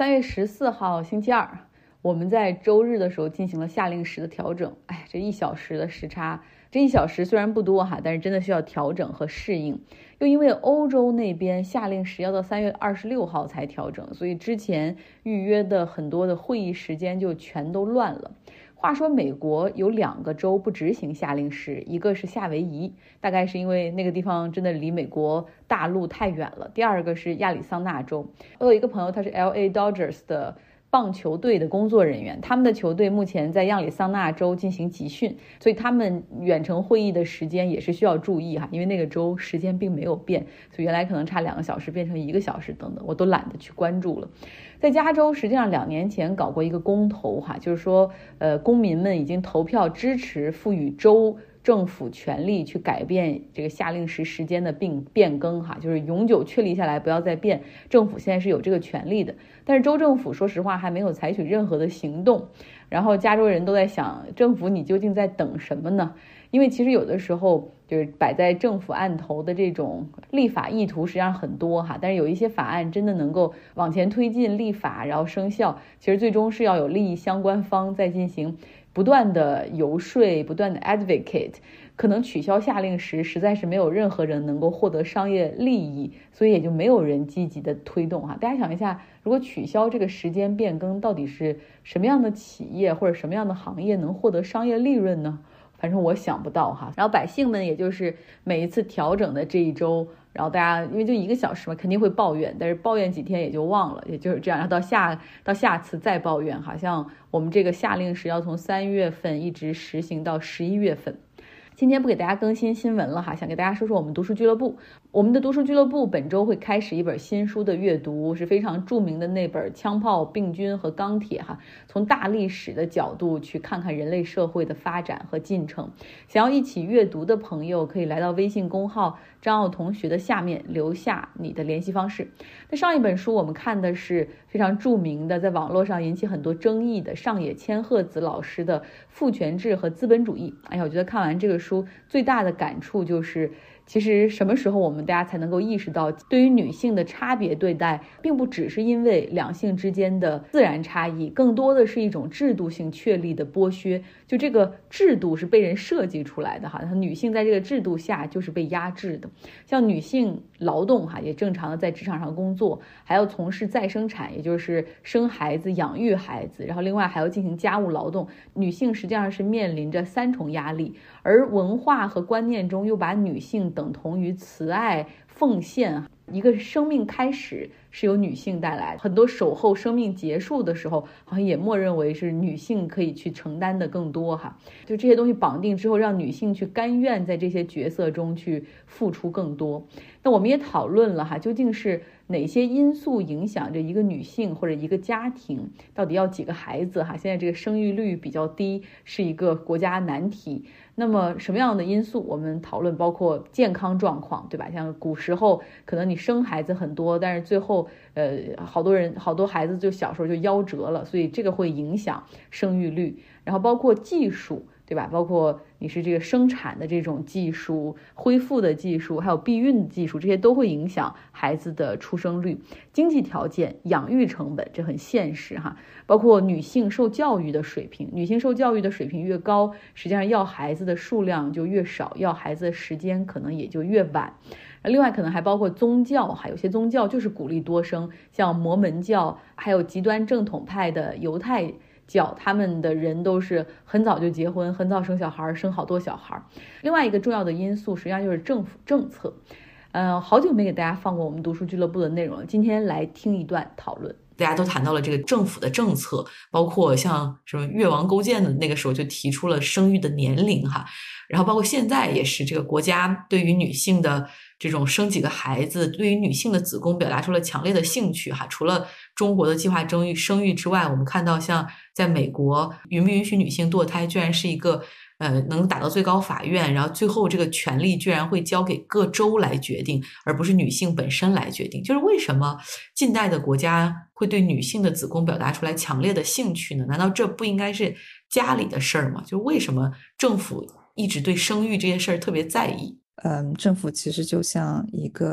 3月14号星期二，我们在周日的时候进行了夏令时的调整。这1小时的时差，这1小时虽然不多哈，但是真的需要调整和适应。又因为欧洲那边夏令时要到3月26号才调整，所以之前预约的很多的会议时间就全都乱了。话说美国有2个州不执行夏令时，一个是夏威夷，大概是因为那个地方真的离美国大陆太远了。第二个是亚利桑那州，我有一个朋友他是 LA Dodgers 的棒球队的工作人员，他们的球队目前在亚利桑那州进行集训，所以他们远程会议的时间也是需要注意哈，因为那个州时间并没有变，所以原来可能差2个小时变成1个小时等等，我都懒得去关注了。在加州，实际上2年前搞过一个公投哈，就是说公民们已经投票支持赋予州政府权力去改变这个夏令时时间的变更哈，就是永久确立下来不要再变，政府现在是有这个权利的。但是州政府说实话还没有采取任何的行动，然后加州人都在想，政府你究竟在等什么呢？因为其实有的时候就是摆在政府案头的这种立法意图实际上很多哈，但是有一些法案真的能够往前推进立法然后生效，其实最终是要有利益相关方在进行不断的游说，不断的 advocate， 可能取消夏令时实在是没有任何人能够获得商业利益，所以也就没有人积极的推动哈。大家想一下，如果取消这个时间变更，到底是什么样的企业或者什么样的行业能获得商业利润呢？反正我想不到哈。然后百姓们也就是每一次调整的这一周，然后大家因为就1个小时嘛，肯定会抱怨，但是抱怨几天也就忘了，也就是这样，然后到下次再抱怨。好像我们这个夏令时要从3月份一直实行到11月份。今天不给大家更新新闻了哈，想给大家说说我们读书俱乐部。我们的读书俱乐部本周会开始一本新书的阅读，是非常著名的那本《枪炮、病菌和钢铁》哈，从大历史的角度去看看人类社会的发展和进程。想要一起阅读的朋友可以来到微信公号张奥同学的下面留下你的联系方式。那上一本书我们看的是非常著名的，在网络上引起很多争议的上野千鹤子老师的《父权制和资本主义》。我觉得看完这个书最大的感触就是，其实什么时候我们大家才能够意识到，对于女性的差别对待并不只是因为两性之间的自然差异，更多的是一种制度性确立的剥削。就这个制度是被人设计出来的哈，女性在这个制度下就是被压制的。像女性劳动哈，也正常的在职场上工作，还要从事再生产，也就是生孩子、养育孩子，然后另外还要进行家务劳动。女性实际上是面临着3重压力，而文化和观念中又把女性等同于慈爱、奉献。一个生命开始是由女性带来的，很多守候生命结束的时候，好像也默认为是女性可以去承担的更多哈。就这些东西绑定之后，让女性去甘愿在这些角色中去付出更多。那我们也讨论了哈，究竟是哪些因素影响着一个女性或者一个家庭到底要几个孩子哈？现在这个生育率比较低，是一个国家难题。那么什么样的因素？我们讨论包括健康状况，对吧？像古时候可能你生孩子很多，但是最后好多孩子就小时候就夭折了，所以这个会影响生育率。然后包括技术，对吧？包括你是这个生产的这种技术、恢复的技术，还有避孕的技术，这些都会影响孩子的出生率。经济条件、养育成本，这很现实哈。包括女性受教育的水平，女性受教育的水平越高，实际上要孩子的数量就越少，要孩子的时间可能也就越晚。另外可能还包括宗教，还有些宗教就是鼓励多生，像摩门教，还有极端正统派的犹太教，他们的人都是很早就结婚，很早生小孩，生好多小孩。另外一个重要的因素实际上就是政府政策。好久没给大家放过我们读书俱乐部的内容了，今天来听一段讨论。 大家都谈到了这个政府的政策，包括像什么越王勾践的那个时候就提出了生育的年龄哈，然后包括现在也是这个国家对于女性的这种生几个孩子，对于女性的子宫表达出了强烈的兴趣哈。除了中国的计划生育之外，我们看到像在美国允不允许女性堕胎居然是一个能打到最高法院，然后最后这个权利居然会交给各州来决定，而不是女性本身来决定。就是为什么近代的国家会对女性的子宫表达出来强烈的兴趣呢？难道这不应该是家里的事儿吗？就为什么政府一直对生育这些事儿特别在意？ 政府其实就像一个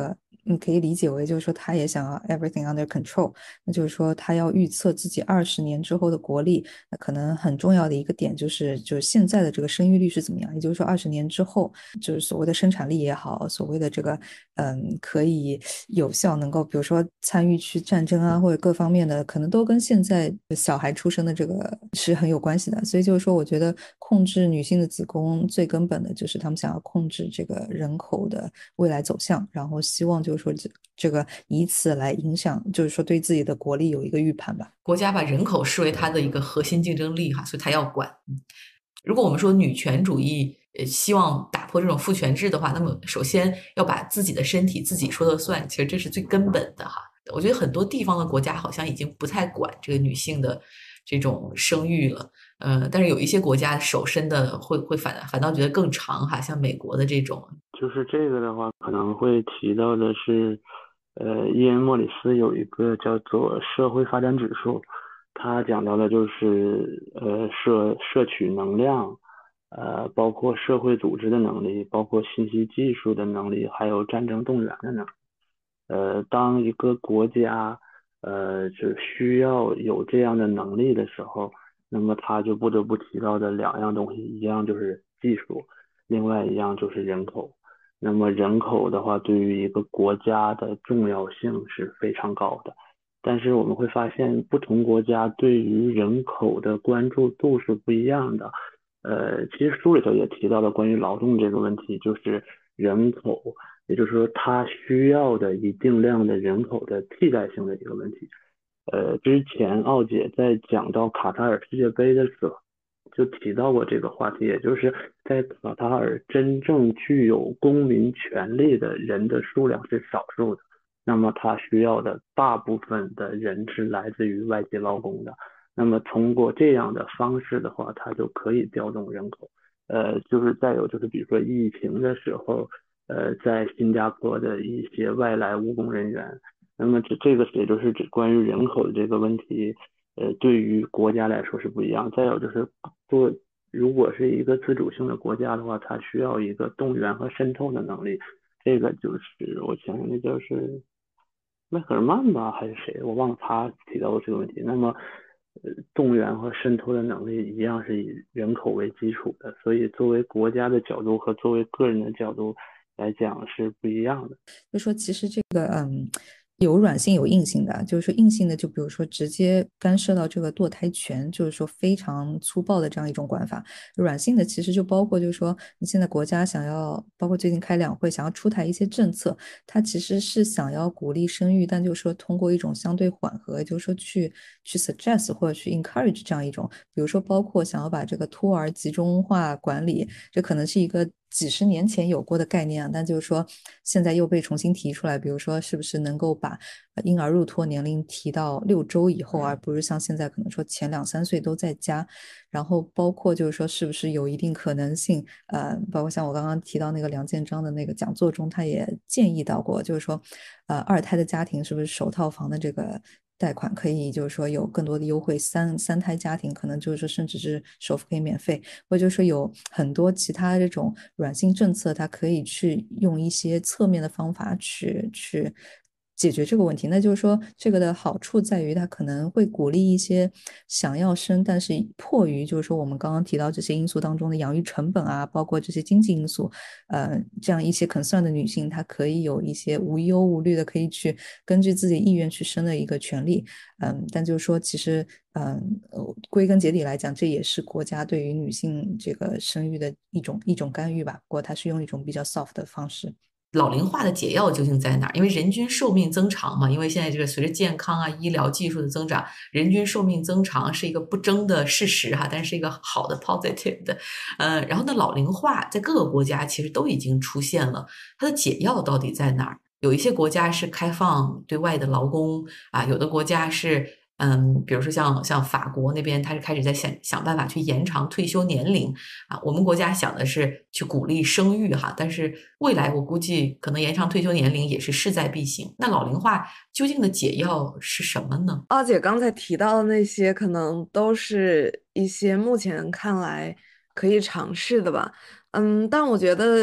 你可以理解为就是说他也想要 everything under control，那就是说他要预测自己20年之后的国力，那可能很重要的一个点就是现在的这个生育率是怎么样，也就是说20年之后，就是所谓的生产力也好，所谓的这个可以有效能够比如说参与去战争啊或者各方面的，可能都跟现在小孩出生的这个是很有关系的。所以就是说，我觉得控制女性的子宫最根本的就是他们想要控制这个人口的未来走向，然后希望就是说这个以此来影响，就是说对自己的国力有一个预判吧。 国家把人口视为它的一个核心竞争力哈，所以它要管。如果我们说女权主义希望打破这种父权制的话，那么首先要把自己的身体自己说了算，其实这是最根本的哈。我觉得很多地方的国家好像已经不太管这个女性的这种生育了，但是有一些国家手伸的会反倒觉得更长哈，像美国的这种。 就是这个的话，可能会提到的是，伊恩·莫里斯有一个叫做社会发展指数，他讲到的就是摄取能量，包括社会组织的能力，包括信息技术的能力，还有战争动员的能力。当一个国家就需要有这样的能力的时候，那么他就不得不提到的两样东西，一样就是技术，另外一样就是人口。那么人口的话，对于一个国家的重要性是非常高的。但是我们会发现，不同国家对于人口的关注度是不一样的。其实书里头也提到了关于劳动这个问题，就是人口，也就是说它需要的一定量的人口的替代性的一个问题。之前奥姐在讲到卡塔尔世界杯的时候，就提到过这个话题，也就是在卡塔尔真正具有公民权利的人的数量是少数的，那么他需要的大部分的人是来自于外籍劳工的。那么通过这样的方式的话，它就可以调动人口。就是再有就是比如说疫情的时候，在新加坡的一些外来务工人员，那么这个也就是指关于人口的这个问题，对于国家来说是不一样。再有就是做，如果是一个自主性的国家的话，它需要一个动员和渗透的能力。这个就是我想想，那就是迈克尔曼吧，还是谁？我忘了他提到过这个问题。那么，动员和渗透的能力一样是以人口为基础的，所以作为国家的角度和作为个人的角度来讲是不一样的。 就说其实这个有软性有硬性的，就是说硬性的，就比如说直接干涉到这个堕胎权，就是说非常粗暴的这样一种管法。软性的其实就包括就是说你现在国家想要，包括最近开两会想要出台一些政策，它其实是想要鼓励生育，但就是说通过一种相对缓和，就是说去 suggest 或者去 encourage 这样一种，比如说包括想要把这个托儿集中化管理，这可能是一个几十年前有过的概念啊，但就是说现在又被重新提出来，比如说是不是能够把婴儿入托年龄提到6周以后，而不是像现在可能说前2、3岁都在家，然后包括就是说是不是有一定可能性，包括像我刚刚提到那个梁建章的那个讲座中，他也建议到过，就是说，二胎的家庭是不是首套房的这个贷款可以就是说有更多的优惠，三胎家庭可能就是说甚至是首付可以免费，或者就是说有很多其他这种软性政策，它可以去用一些侧面的方法去解决这个问题。那就是说，这个的好处在于它可能会鼓励一些想要生，但是迫于就是说我们刚刚提到这些因素当中的养育成本啊，包括这些经济因素，这样一些 concern 的女性，她可以有一些无忧无虑的可以去根据自己意愿去生的一个权利。但就是说，其实归根结底来讲，这也是国家对于女性这个生育的一种干预吧，不过它是用一种比较 soft 的方式。 老龄化的解药究竟在哪儿？因为人均寿命增长嘛，因为现在这个随着健康啊、医疗技术的增长，人均寿命增长是一个不争的事实哈，但是一个好的 positive 的，然后呢，老龄化在各个国家其实都已经出现了，它的解药到底在哪儿？有一些国家是开放对外的劳工啊，有的国家是比如说像法国那边，他是开始在想办法去延长退休年龄啊。我们国家想的是去鼓励生育哈，但是未来我估计可能延长退休年龄也是势在必行。那老龄化究竟的解药是什么呢？ 二姐刚才提到的那些，可能都是一些目前看来可以尝试的吧。但我觉得，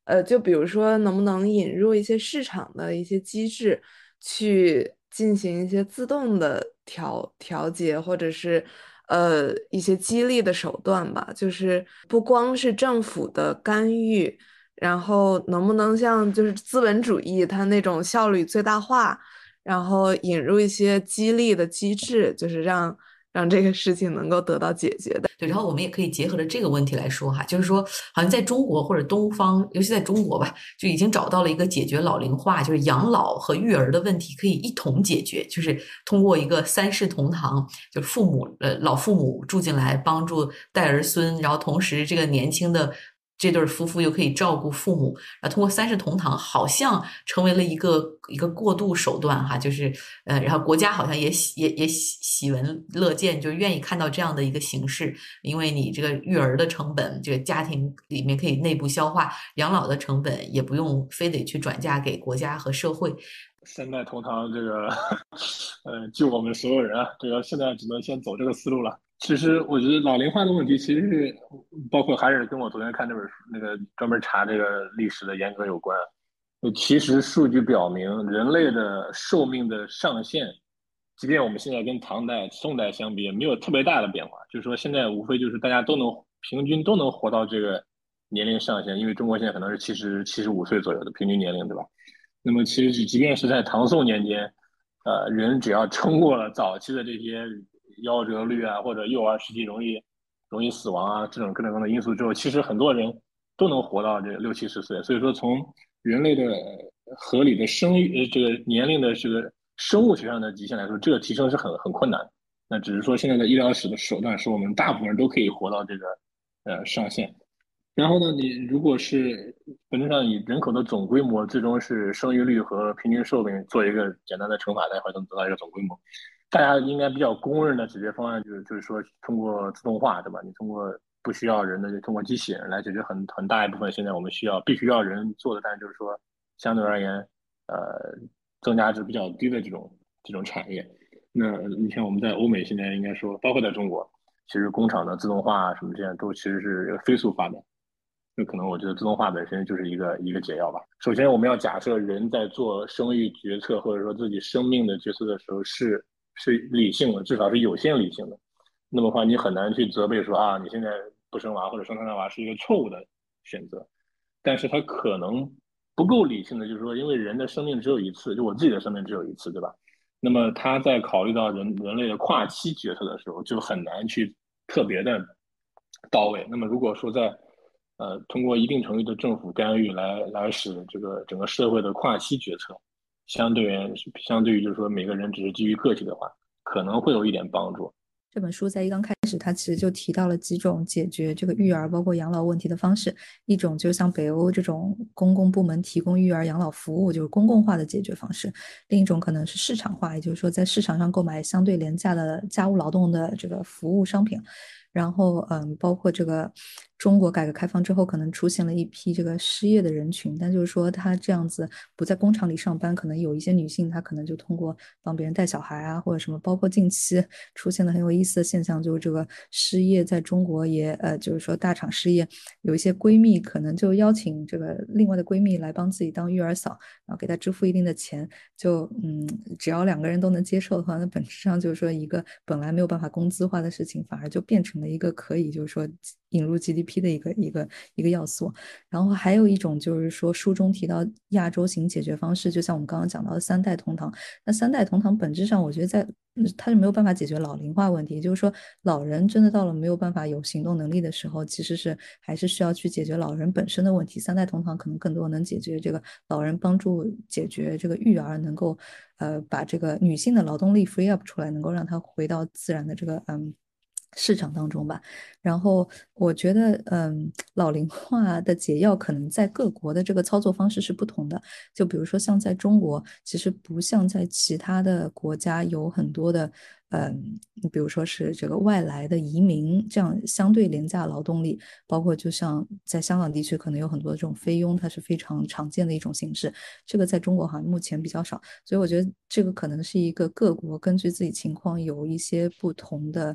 就比如说能不能引入一些市场的一些机制，去进行一些自动的调节，或者是一些激励的手段吧，就是不光是政府的干预，然后能不能像就是资本主义它那种效率最大化，然后引入一些激励的机制，就是让这个事情能够得到解决的。 对，然后我们也可以结合着这个问题来说哈，就是说，好像在中国或者东方，尤其在中国吧，就已经找到了一个解决老龄化，就是养老和育儿的问题可以一同解决，就是通过一个三世同堂，就父母老父母住进来帮助带儿孙，然后同时这个年轻的这对夫妇又可以照顾父母，然后通过三世同堂，好像成为了一个过渡手段哈，就是然后国家好像也喜闻乐见，就愿意看到这样的一个形式，因为你这个育儿的成本，这个家庭里面可以内部消化，养老的成本也不用非得去转嫁给国家和社会。 三代同堂这个，救我们所有人啊！这个现在只能先走这个思路了。其实我觉得老龄化的问题，其实是包括还是跟我昨天看这本书那个专门查这个历史的严格有关。其实数据表明，人类的寿命的上限，即便我们现在跟唐代、宋代相比，也没有特别大的变化。就是说，现在无非就是大家都能平均都能活到这个年龄上限，因为中国现在可能是75岁左右的平均年龄，对吧？那么其实即便是在唐宋年间，人只要撑过了早期的这些夭折率啊，或者幼儿时期容易死亡啊这种各种各样的因素之后，其实很多人都能活到这个60、70岁。所以说，从人类的合理的这个年龄的这个生物学上的极限来说，这个提升是很困难。那只是说现在的医疗史的手段使我们大部分人都可以活到这个上限。然后呢，你如果是本质上以人口的总规模，最终是生育率和平均寿命做一个简单的乘法，才会能得到一个总规模。大家应该比较公认的解决方案就是说通过自动化，对吧？你通过不需要人的，就通过机器人来解决很大一部分现在我们必须要人做的，但是就是说相对而言，增加值比较低的这种产业。那你像我们在欧美现在应该说，包括在中国，其实工厂的自动化什么这样都其实是飞速发展。那可能我觉得自动化本身就是一个解药吧。首先，我们要假设人在做生育决策或者说自己生命的决策的时候是理性的，至少是有限理性的。那么的话，你很难去责备说啊，你现在不生娃或者生三胎娃是一个错误的选择。但是它可能不够理性的，就是说，因为人的生命只有一次，就我自己的生命只有一次，对吧？那么他在考虑到人类的跨期决策的时候，就很难去特别的到位。那么如果说在通过一定程度的政府干预来使这个整个社会的跨期决策，相对于就是说每个人只是基于个体的话，可能会有一点帮助。 这本书在一刚开始，它其实就提到了几种解决这个育儿包括养老问题的方式。一种就是像北欧这种公共部门提供育儿养老服务，就是公共化的解决方式；另一种可能是市场化，也就是说在市场上购买相对廉价的家务劳动的这个服务商品。然后包括这个中国改革开放之后，可能出现了一批这个失业的人群，但就是说他这样子不在工厂里上班，可能有一些女性她可能就通过帮别人带小孩啊，或者什么，包括近期出现了很有意思的现象，就是这个失业在中国也就是说大厂失业，有一些闺蜜可能就邀请这个另外的闺蜜来帮自己当育儿嫂，然后给她支付一定的钱，就只要两个人都能接受的话，那本质上就是说一个本来没有办法工资化的事情，反而就变成了一个可以就是说引入 GDP 的一个要素。然后还有一种就是说书中提到亚洲型解决方式，就像我们刚刚讲到的三代同堂。那三代同堂本质上我觉得它是没有办法解决老龄化问题，也就是说老人真的到了没有办法有行动能力的时候，其实还是需要去解决老人本身的问题。三代同堂可能更多能解决这个老人，帮助解决这个育儿，能够把这个女性的劳动力 free up 出来，能够让她回到自然的这个市场当中吧。然后我觉得老龄化的解药可能在各国的这个操作方式是不同的。就比如说像在中国，其实不像在其他的国家有很多的比如说是这个外来的移民这样相对廉价劳动力，包括就像在香港地区可能有很多这种菲佣，它是非常常见的一种形式，这个在中国好像目前比较少。所以我觉得这个可能是一个各国根据自己情况有一些不同的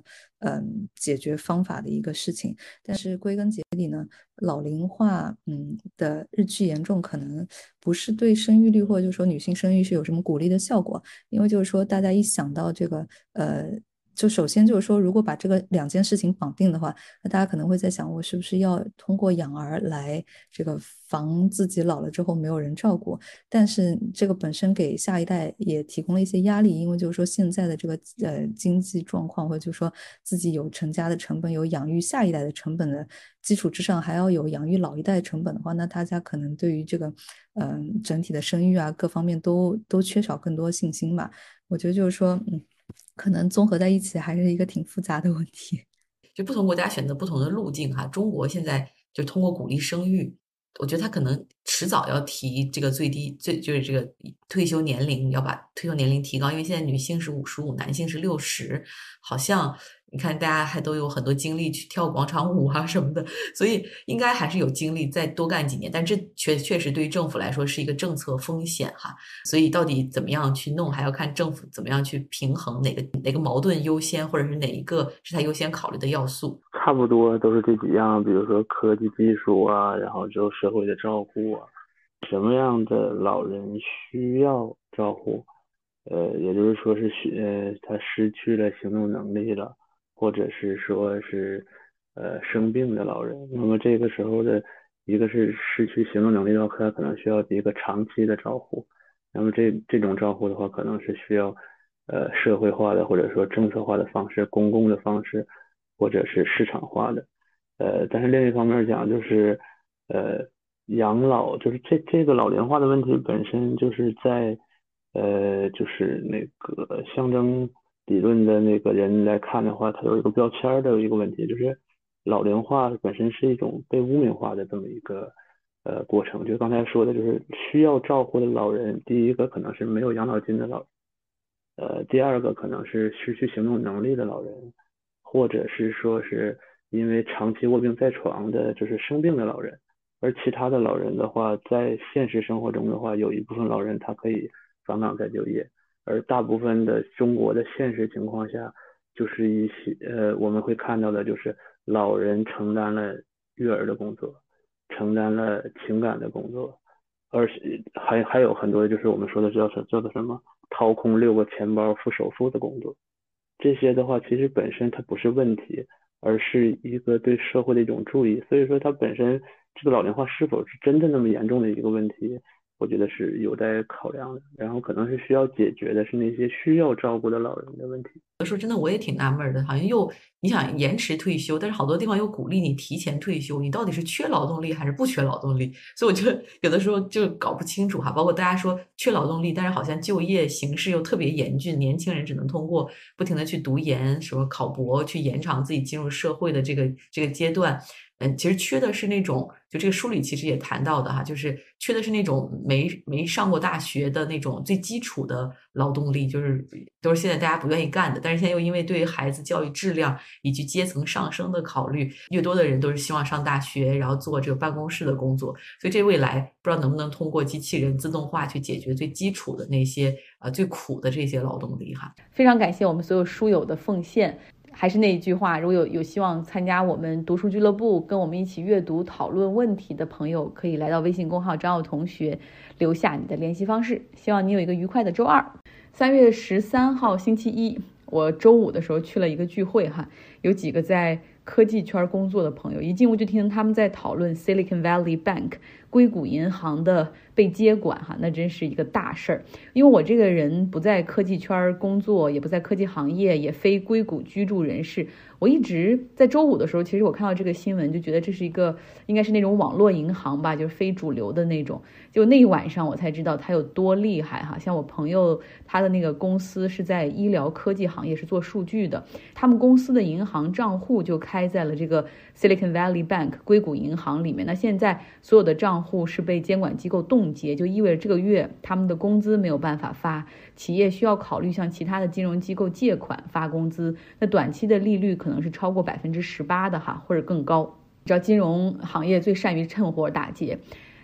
解决方法的一个事情。但是归根结底呢，老龄化的日趋严重，可能不是对生育率或者就是说女性生育是有什么鼓励的效果，因为就是说大家一想到这个就首先就是说，如果把这个两件事情绑定的话，那大家可能会在想，我是不是要通过养儿来这个防自己老了之后没有人照顾？但是这个本身给下一代也提供了一些压力，因为就是说现在的这个经济状况，或者就是说自己有成家的成本，有养育下一代的成本的基础之上，还要有养育老一代的成本的话，那大家可能对于这个整体的生育啊各方面都缺少更多信心吧。我觉得就是说可能综合在一起还是一个挺复杂的问题。 就不同国家选择不同的路径哈。中国现在就通过鼓励生育，我觉得他可能迟早要提这个就是这个退休年龄，要把退休年龄提高，因为现在女性是55，男性是60，好像你看大家还都有很多精力去跳广场舞啊什么的，所以应该还是有精力再多干几年。但这确实对于政府来说是一个政策风险哈，所以到底怎么样去弄，还要看政府怎么样去平衡哪个矛盾优先，或者是哪一个是他优先考虑的要素。 差不多都是这几样，比如说科技技术啊，然后之后社会的照顾啊，什么样的老人需要照顾，也就是说是他失去了行动能力了，或者是说是生病的老人，那么这个时候的一个是失去行动能力的话，他可能需要一个长期的照顾，那么这种照顾的话，可能是需要社会化的或者说政策化的方式、公共的方式，或者是市场化的。但是另一方面讲，就是养老，就是这个老龄化的问题本身就是在就是那个象征理论的那个人来看的话，它有一个标签的一个问题，就是老龄化本身是一种被污名化的这么一个过程。就刚才说的，就是需要照顾的老人，第一个可能是没有养老金的老人，第二个可能是失去行动能力的老人，或者是说是因为长期卧病在床的，就是生病的老人。而其他的老人的话，在现实生活中的话，有一部分老人他可以返岗再就业，而大部分的中国的现实情况下，就是一些我们会看到的就是老人承担了育儿的工作，承担了情感的工作，而还有很多就是我们说的叫做什么掏空6个钱包付首付的工作。这些的话其实本身它不是问题，而是一个对社会的一种注意。所以说它本身这个老龄化是否是真的那么严重的一个问题，我觉得是有待考量的。然后可能是需要解决的是那些需要照顾的老人的问题。 有时候真的我也挺纳闷的，好像你想延迟退休，但是好多地方又鼓励你提前退休，你到底是缺劳动力还是不缺劳动力？所以我觉得有的时候就搞不清楚哈。包括大家说缺劳动力，但是好像就业形势又特别严峻，年轻人只能通过不停的去读研、什么考博，去延长自己进入社会的这个阶段。其实缺的是那种，就这个书里其实也谈到的哈，就是缺的是那种没上过大学的那种最基础的劳动力，就是都是现在大家不愿意干的。但是现在又因为对孩子教育质量以及阶层上升的考虑，越多的人都是希望上大学，然后做这个办公室的工作。所以这未来不知道能不能通过机器人自动化去解决最基础的那些最苦的这些劳动力哈。 非常感谢我们所有书友的奉献。还是那一句话，如果有希望参加我们读书俱乐部，跟我们一起阅读讨论问题的朋友，可以来到微信公号张奥同学，留下你的联系方式。希望你有一个愉快的周二。3月13号星期一，我周五的时候去了一个聚会哈，有几个在科技圈工作的朋友，一进屋就听他们在讨论 Silicon Valley Bank 硅谷银行的被接管哈，那真是一个大事儿。因为我这个人不在科技圈工作，也不在科技行业，也非硅谷居住人士，我一直在周五的时候，其实我看到这个新闻就觉得这是一个应该是那种网络银行吧，就是非主流的那种。就那一晚上我才知道它有多厉害哈。像我朋友他的那个公司是在医疗科技行业，是做数据的，他们公司的银行账户就开在了这个 Silicon Valley Bank 硅谷银行里面。那现在所有的账户是被监管机构冻结，就意味着这个月他们的工资没有办法发，企业需要考虑向其他的金融机构借款发工资，那短期的利率可能是超过18%的哈，或者更高。你知道金融行业最善于趁火打劫。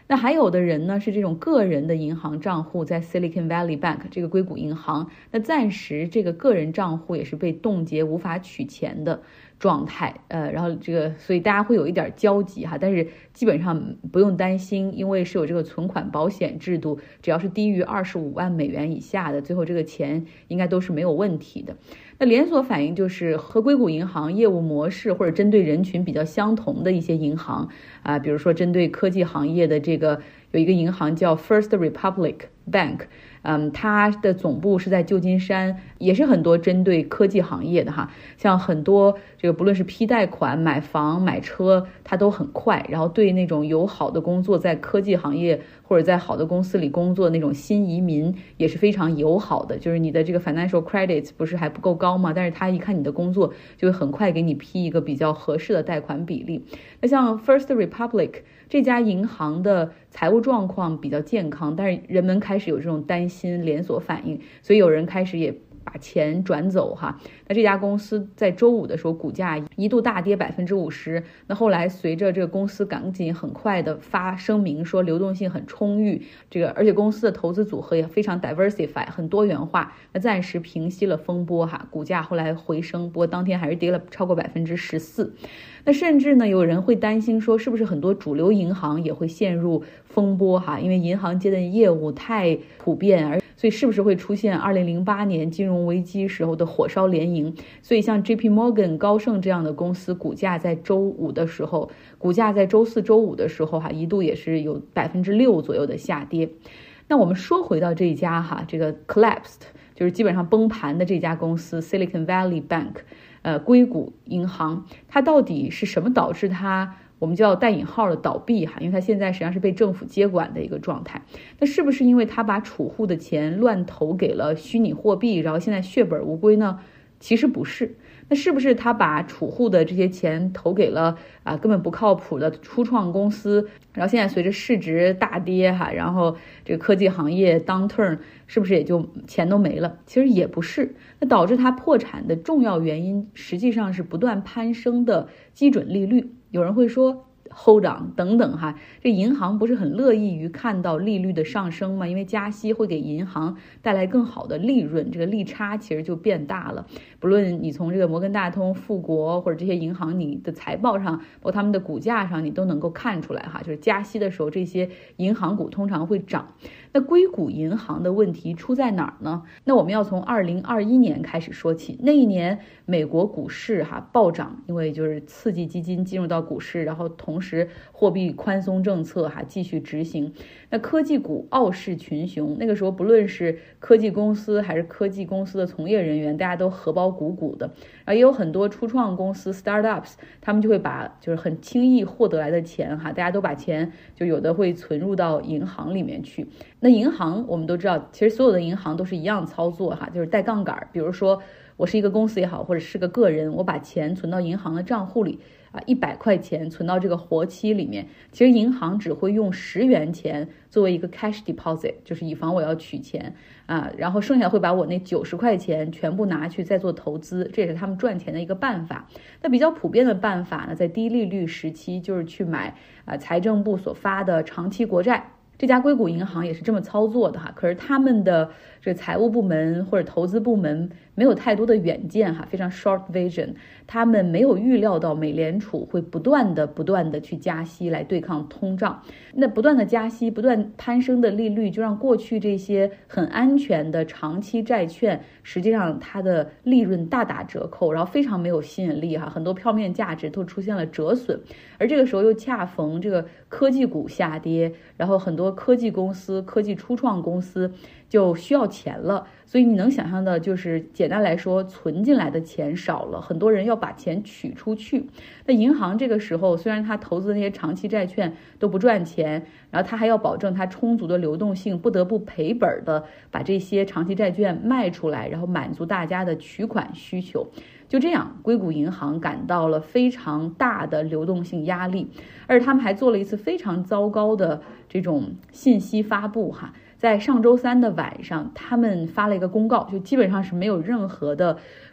那还有的人呢是这种个人的银行账户在 Silicon Valley Bank 这个硅谷银行，那暂时这个个人账户也是被冻结无法取钱的状态，然后所以大家会有一点焦急哈，但是基本上不用担心，因为是有这个存款保险制度，只要是低于25万美元以下的，最后这个钱应该都是没有问题的。那连锁反应就是和硅谷银行业务模式或者针对人群比较相同的一些银行啊，比如说针对科技行业的这个有一个银行叫 First Republic Bank，它的总部是在旧金山，也是很多针对科技行业的哈，像很多这个不论是批贷款、买房、买车，它都很快，然后对那种有好的工作在科技行业或者在好的公司里工作那种新移民也是非常友好的，就是你的这个 financial credits 不是还不够高吗？但是他一看你的工作就会很快给你批一个比较合适的贷款比例。那像 First Republic 这家银行的财务状况比较健康，但是人们开始有这种担心连锁反应，所以有人开始也把钱转走哈。那这家公司在周五的时候股价一度大跌50%，那后来随着这个公司赶紧很快的发声明说流动性很充裕，而且公司的投资组合也非常 diversify 很多元化，那暂时平息了风波哈，股价后来回升，不过当天还是跌了超过14%。那甚至呢，有人会担心说，是不是很多主流银行也会陷入风波哈？因为银行间的业务太普遍，所以是不是会出现2008年金融危机时候的火烧连营？所以像 JP Morgan 高盛这样的公司，股价在周五的时候，股价在周四周五的时候哈，一度也是有6%左右的下跌。那我们说回到这一家哈，这个 collapsed 就是基本上崩盘的这家公司 Silicon Valley Bank。硅谷银行，它到底是什么导致它我们叫带引号的倒闭哈？因为它现在实际上是被政府接管的一个状态。那是不是因为它把储户的钱乱投给了虚拟货币，然后现在血本无归呢？其实不是。那是不是他把储户的这些钱投给了根本不靠谱的初创公司，然后现在随着市值大跌哈，然后这个科技行业 downturn 是不是也就钱都没了？其实也不是。那导致他破产的重要原因实际上是不断攀升的基准利率。有人会说hold on 等等哈，这银行不是很乐意于看到利率的上升吗？因为加息会给银行带来更好的利润，这个利差其实就变大了。不论你从这个摩根大通、富国或者这些银行你的财报上，包括他们的股价上，你都能够看出来哈，就是加息的时候这些银行股通常会涨。那硅谷银行的问题出在哪儿呢？那我们要从2021年开始说起。那一年美国股市暴涨，因为就是刺激基金进入到股市，然后同时货币宽松政策继续执行。那科技股傲视群雄，那个时候不论是科技公司还是科技公司的从业人员，大家都荷包鼓鼓的。然后也有很多初创公司 startups， 他们就会把就是很轻易获得来的钱大家都把钱就有的会存入到银行里面去。那银行我们都知道，其实所有的银行都是一样操作就是带杠杆。比如说我是一个公司也好，或者是个个人，我把钱存到银行的账户里100块钱存到这个活期里面，其实银行只会用10元钱作为一个 cash deposit， 就是以防我要取钱然后剩下会把我那90块钱全部拿去再做投资，这也是他们赚钱的一个办法。那比较普遍的办法呢，在低利率时期就是去买财政部所发的长期国债。这家硅谷银行也是这么操作的可是他们的这个财务部门或者投资部门没有太多的远见非常 short vision， 他们没有预料到美联储会不断的去加息来对抗通胀。那不断的加息，不断攀升的利率，就让过去这些很安全的长期债券，实际上它的利润大打折扣，然后非常没有吸引力很多票面价值都出现了折损。而这个时候又恰逢这个科技股下跌，然后很多科技公司、科技初创公司就需要钱了，所以你能想象的就是简单来说，存进来的钱少了，很多人要把钱取出去。那银行这个时候虽然他投资的那些长期债券都不赚钱，然后他还要保证他充足的流动性，不得不赔本的把这些长期债券卖出来，然后满足大家的取款需求。就这样，硅谷银行感到了非常大的流动性压力，而他们还做了一次非常糟糕的这种信息发布在上周三的晚上，他们发了一个公告，就基本上是没有任何的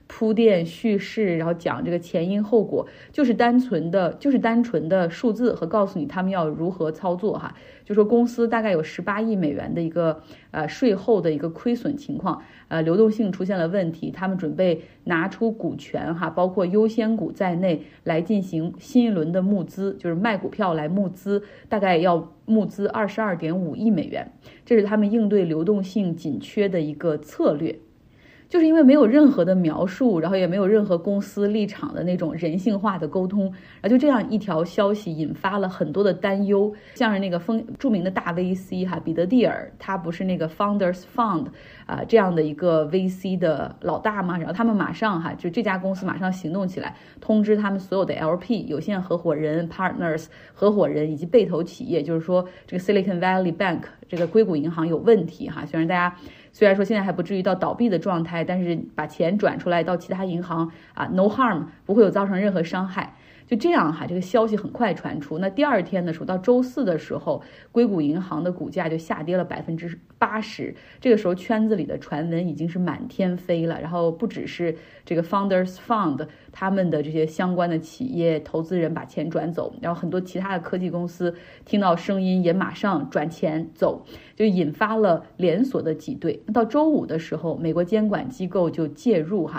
铺垫叙事，然后讲这个前因后果，就是单纯的数字和告诉你他们要如何操作哈。就说公司大概有18亿美元的一个税后的一个亏损情况，流动性出现了问题，他们准备拿出股权哈，包括优先股在内来进行新一轮的募资，就是卖股票来募资，大概要募资22.5亿美元，这是他们应对流动性紧缺的一个策略。就是因为没有任何的描述，然后也没有任何公司立场的那种人性化的沟通，然后就这样一条消息引发了很多的担忧。像是那个著名的大 VC 哈，彼得蒂尔，他不是那个 Founders Fund 这样的一个 VC 的老大嘛，然后他们马上就这家公司马上行动起来，通知他们所有的 LP 有限合伙人 Partners 合伙人以及被投企业，就是说这个 Silicon Valley Bank 这个硅谷银行有问题哈，虽然说现在还不至于到倒闭的状态，但是把钱转出来到其他银行no harm， 不会有造成任何伤害。就这样这个消息很快传出。那第二天的时候，到周四的时候，硅谷银行的股价就下跌了80%。这个时候圈子里的传闻已经是满天飞了，然后不只是这个 Founders Fund 他们的这些相关的企业投资人把钱转走，然后很多其他的科技公司听到声音也马上转钱走，就引发了连锁的挤兑。到周五的时候，美国监管机构就介入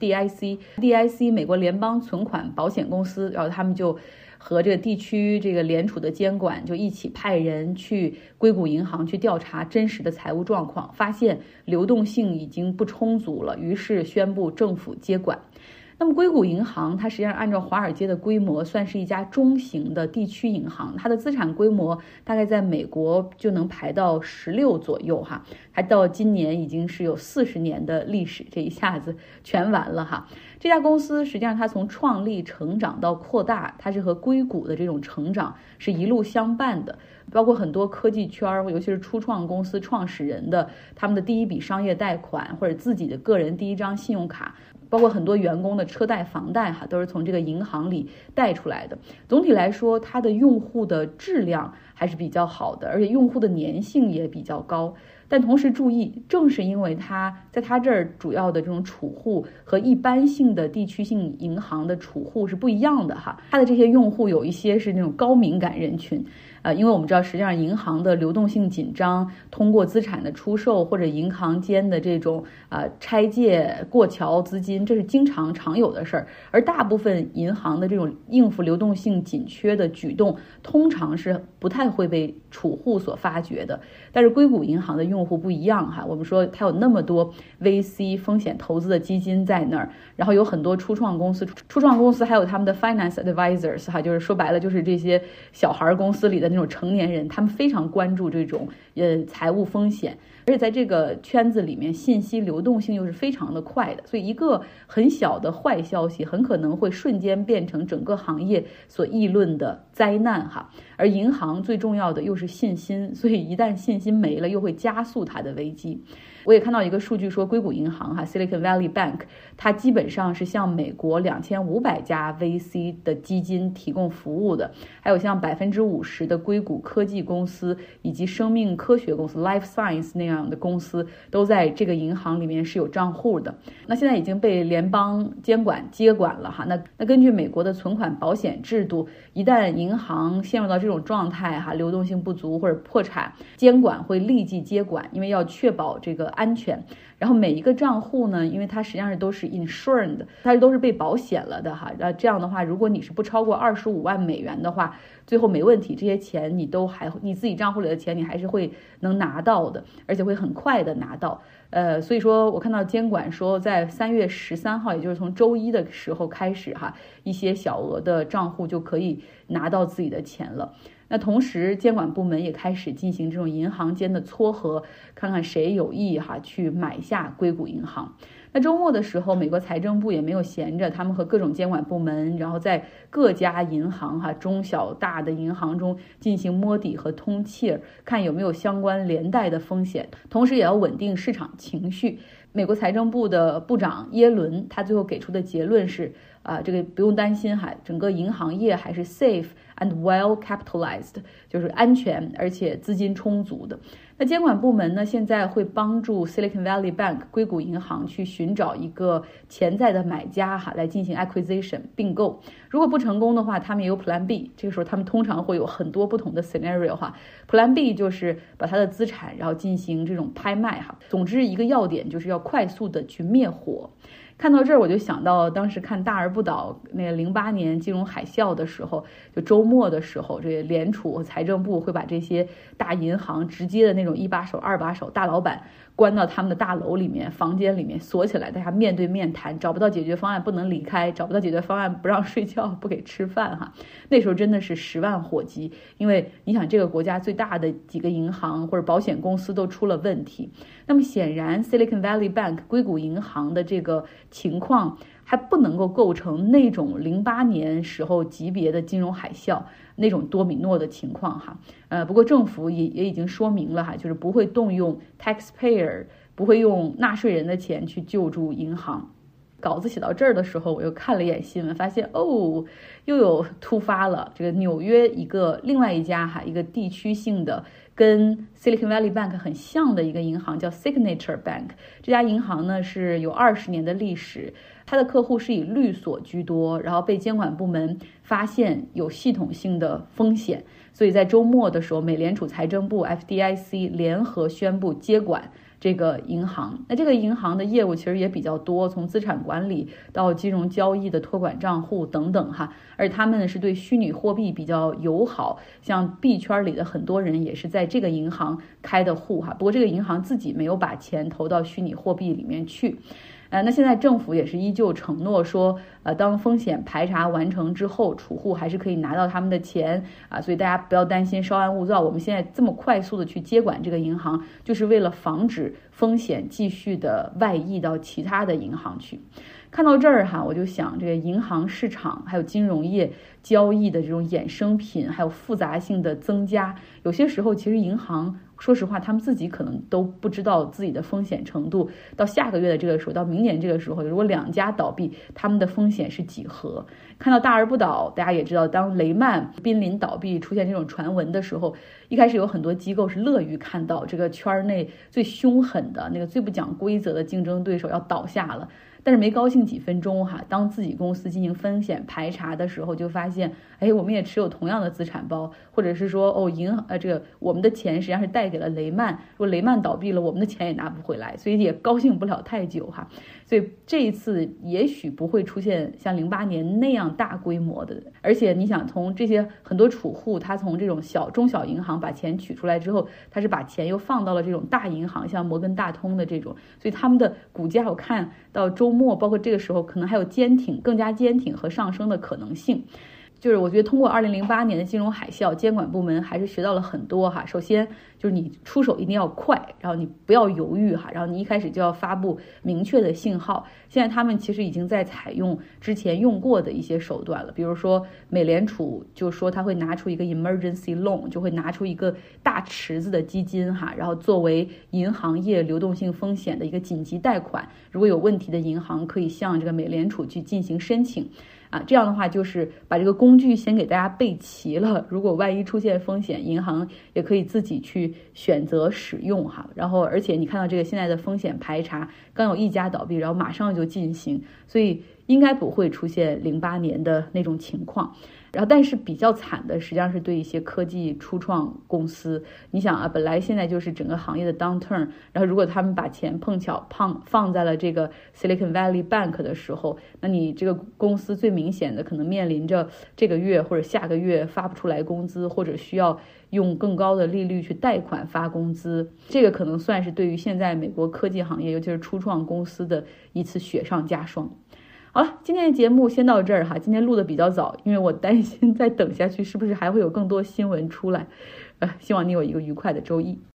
FDIC 美国联邦存款保险公司，然后他们就和这个地区这个联储的监管就一起派人去硅谷银行去调查真实的财务状况，发现流动性已经不充足了，于是宣布政府接管。那么硅谷银行它实际上按照华尔街的规模算是一家中型的地区银行，它的资产规模大概在美国就能排到16左右哈，它到今年已经是有40年的历史，这一下子全完了哈。这家公司实际上它从创立成长到扩大，它是和硅谷的这种成长是一路相伴的，包括很多科技圈尤其是初创公司创始人的他们的第一笔商业贷款或者自己的个人第一张信用卡，包括很多员工的车贷房贷都是从这个银行里贷出来的。总体来说，它的用户的质量还是比较好的，而且用户的粘性也比较高。但同时注意，正是因为它在它这儿主要的这种储户和一般性的地区性银行的储户是不一样的哈，它的这些用户有一些是那种高敏感人群。因为我们知道实际上银行的流动性紧张，通过资产的出售或者银行间的这种拆借过桥资金，这是常有的事儿。而大部分银行的这种应付流动性紧缺的举动，通常是不太会被储户所发觉的。但是硅谷银行的用户不一样哈，我们说它有那么多 VC 风险投资的基金在那儿，然后有很多初创公司还有他们的 finance advisors 哈，就是说白了就是这些小孩公司里的那种成年人，他们非常关注这种财务风险，而且在这个圈子里面信息流动性又是非常的快的，所以一个很小的坏消息很可能会瞬间变成整个行业所议论的灾难哈。而银行最重要的又是信心，所以一旦信心没了，又会加速它的危机。我也看到一个数据说，硅谷银行Silicon Valley Bank 它基本上是向美国2500家 VC 的基金提供服务的，还有像50%的硅谷科技公司以及生命科学公司 Life Science 那样的公司都在这个银行里面是有账户的。那现在已经被联邦监管接管了哈。那根据美国的存款保险制度，一旦银行陷入到这种状态流动性不足或者破产，监管会立即接管，因为要确保这个安全。然后每一个账户呢，因为它实际上都是 insured， 它都是被保险了的哈。这样的话，如果你是不超过25万美元的话，最后没问题，这些钱你自己账户里的钱你还是会能拿到的，而且会很快的拿到。所以说我看到监管说，在3月13号，也就是从周一的时候开始一些小额的账户就可以拿到自己的钱了。那同时监管部门也开始进行这种银行间的撮合，看看谁有意去买下硅谷银行。那周末的时候，美国财政部也没有闲着，他们和各种监管部门，然后在各家银行中小大的银行中进行摸底和通气，看有没有相关连带的风险，同时也要稳定市场情绪。美国财政部的部长耶伦他最后给出的结论是这个不用担心哈，整个银行业还是 safe and well capitalized， 就是安全而且资金充足的。那监管部门呢，现在会帮助 Silicon Valley Bank 硅谷银行去寻找一个潜在的买家哈，来进行 acquisition 并购。如果不成功的话，他们也有 Plan B， 这个时候他们通常会有很多不同的 scenario 哈。Plan B 就是把他的资产然后进行这种拍卖哈。总之一个要点就是要快速的去灭火。看到这儿我就想到当时看大而不倒那个08年金融海啸的时候，就周末的时候，这个联储和财政部会把这些大银行直接的那种一把手二把手大老板关到他们的大楼里面房间里面锁起来，大家面对面谈，找不到解决方案不能离开，找不到解决方案不让睡觉不给吃饭哈。那时候真的是10万火急，因为你想这个国家最大的几个银行或者保险公司都出了问题。那么显然 Silicon Valley Bank 硅谷银行的这个情况还不能够构成那种08年时候级别的金融海啸那种多米诺的情况哈。不过政府也已经说明了哈，就是不会动用 taxpayer， 不会用纳税人的钱去救助银行。稿子写到这儿的时候，我又看了一眼新闻，发现又有突发了。这个纽约另外一家一个地区性的跟 Silicon Valley Bank 很像的一个银行叫 Signature Bank， 这家银行呢是有20年的历史，它的客户是以律所居多，然后被监管部门发现有系统性的风险，所以在周末的时候，美联储、财政部、FDIC 联合宣布接管这个银行。那这个银行的业务其实也比较多，从资产管理到金融交易的托管账户等等哈，而他们是对虚拟货币比较友好，像币圈里的很多人也是在这个银行开的户哈。不过这个银行自己没有把钱投到虚拟货币里面去。那现在政府也是依旧承诺说，当风险排查完成之后，储户还是可以拿到他们的钱啊，所以大家不要担心稍安勿躁。我们现在这么快速的去接管这个银行，就是为了防止风险继续的外溢到其他的银行去。看到这儿哈，我就想这个银行市场还有金融业交易的这种衍生品还有复杂性的增加，有些时候其实银行说实话他们自己可能都不知道自己的风险程度，到下个月的这个时候，到明年这个时候，如果2家倒闭，他们的风险是几何。看到大而不倒，大家也知道，当雷曼濒临倒闭出现这种传闻的时候，一开始有很多机构是乐于看到这个圈内最凶狠的那个最不讲规则的竞争对手要倒下了，但是没高兴几分钟哈，当自己公司进行风险排查的时候，就发现，我们也持有同样的资产包，或者是说，这个我们的钱实际上是贷给了雷曼，如果雷曼倒闭了，我们的钱也拿不回来，所以也高兴不了太久哈。所以这一次也许不会出现像08年那样大规模的，而且你想从这些很多储户，他从这种中小银行把钱取出来之后，他是把钱又放到了这种大银行，像摩根大通的这种，所以他们的股价我看到周末包括这个时候可能还有更加坚挺和上升的可能性。就是我觉得通过2008年的金融海啸，监管部门还是学到了很多哈。首先就是你出手一定要快，然后你不要犹豫哈，然后你一开始就要发布明确的信号。现在他们其实已经在采用之前用过的一些手段了，比如说美联储就说他会拿出一个 emergency loan， 就会拿出一个大池子的基金哈，然后作为银行业流动性风险的一个紧急贷款，如果有问题的银行可以向这个美联储去进行申请。这样的话就是把这个工具先给大家备齐了，如果万一出现风险，银行也可以自己去选择使用哈。然后而且你看到这个现在的风险排查，刚有1家倒闭，然后马上就进行，所以应该不会出现08年的那种情况。然后但是比较惨的实际上是对一些科技初创公司，你想本来现在就是整个行业的 downturn， 然后如果他们把钱碰巧放在了这个 Silicon Valley Bank 的时候，那你这个公司最明显的可能面临着这个月或者下个月发不出来工资，或者需要用更高的利率去贷款发工资，这个可能算是对于现在美国科技行业尤其是初创公司的一次雪上加霜。好了，今天的节目先到这儿哈。今天录的比较早，因为我担心再等下去是不是还会有更多新闻出来。希望你有一个愉快的周一。